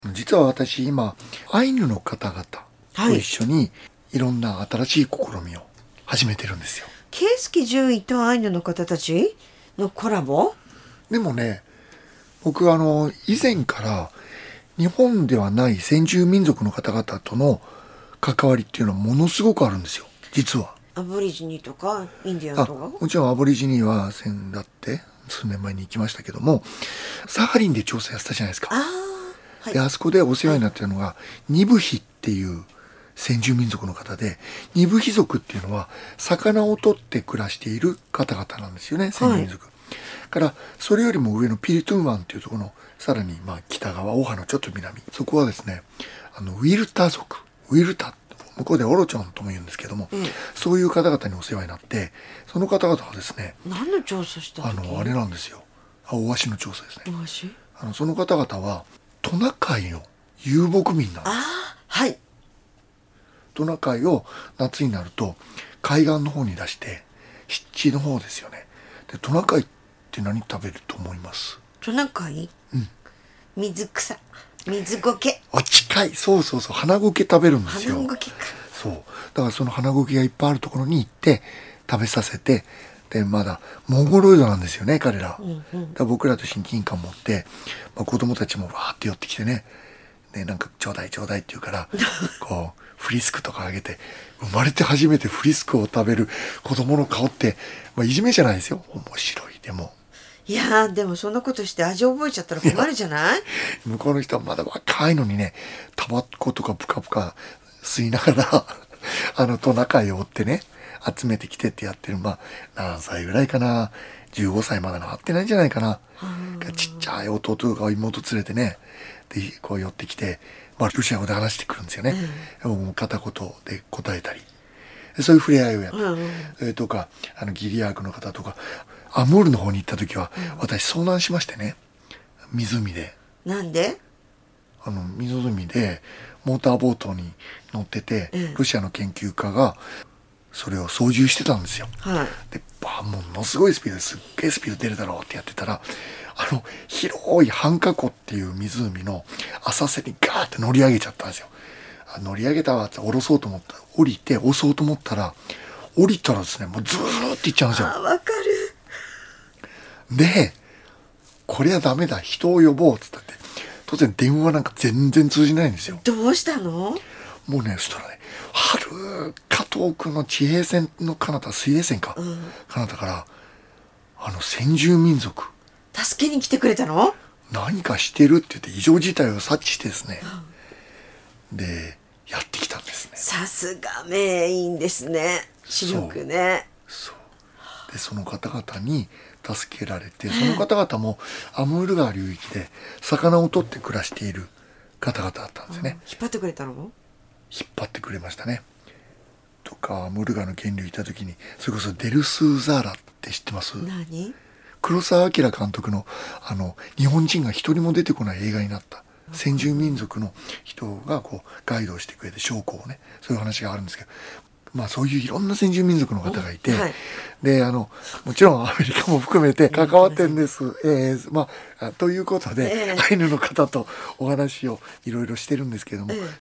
実は私今アイヌの方々と一緒にいろんな新しい試みを始めてるんですよ。 圭介獣医とアイヌの方たちのコラボ。 でもね、僕以前から日本ではない先住民族の方々との関わりっていうのはものすごくあるんですよ、実は。 アボリジニとかインディアンとか。 もちろんアボリジニは先だって数年前に行きましたけども、サハリンで調査やってたじゃないですか。 はい、 であそこでお世話になっているのが、ニブヒっていう先住民族の方で、ニブヒ族っていうのは魚を取って暮らしている方々なんですよね、先住民族。からそれよりも上のピリトゥーマンっていうところのさらに北側、オハのちょっと南、そこはですね、ウィルタ族、ウィルタ、向こうでオロチョンとも言うんですけども、そういう方々にお世話になって、その方々はですね、 何の調査した時？ あれなんですよ、オワシの調査ですね。 オワシ？ その方々はトナカイの遊牧民なんです。 はい。 トナカイを夏になると海岸の方に出して、湿地の方ですよね。でトナカイって何食べると思います？ トナカイ？水草、水苔。 近い。そう花苔食べるんですよ。 花苔か。 そうだからその花苔がいっぱいあるところに行って食べさせて、でまだモンゴロイドなんですよね、彼ら。だから僕らと親近感持って、子供たちもわーって寄ってきてね、でなんかちょうだいって言うからこうフリスクとかあげて、生まれて初めてフリスクを食べる子供の顔って、いじめじゃないですよ、面白い。でもいやでもそんなことして味覚えちゃったら困るじゃない？ 向こうの人はまだ若いのにね、タバコとかブカブカ吸いながらトナカイを追ってね、集めてきてってやってる。何歳ぐらいかな、15歳まだなってないんじゃないかな。ちっちゃい弟とか妹連れてね、でこう寄ってきて、ロシア語で話してくるんですよね。もう片言で答えたり、そういう触れ合いをやったり、とかギリアークの方とか、アムールの方に行った時は、私遭難しましてね、湖で。 なんで？ 湖でモーターボートに乗ってて、ロシアの研究家がそれを操縦してたんですよ。でものすごいスピードですっげえスピード出るだろうってやってたら、広い半河湖っていう湖の浅瀬にガーって乗り上げちゃったんですよ。乗り上げたわって降りて押そうと思ったら、降りたらですね、もうずーって行っちゃうんですよ。 わかる。 でこれはダメだ、人を呼ぼうっつったって、当然電話なんか全然通じないんですよ。 どうしたの？ もうね、そしたらね、はるか遠くの地平線の彼方、水平線か、彼方から先住民族助けに来てくれたの？ 何かしてるって言って異常事態を察知してですね、でやってきたんですね。 さすが名医ですね、視力ね。 でその方々に助けられて、その方々もアムール川流域で魚を取って暮らしている方々だったんですね。 引っ張ってくれたの？ 引っ張ってくれましたね。とかアムール川の源流行った時に、それこそデルスーザーラって知ってます？ 何？ 黒澤明監督の日本人が一人も出てこない映画になった先住民族の人がこうガイドをしてくれて、将校をね、そういう話があるんですけど、そういういろんな先住民族の方がいて、でもちろんアメリカも含めて関わってるんです。ということで、アイヌの方とお話をいろいろしてるんですけども、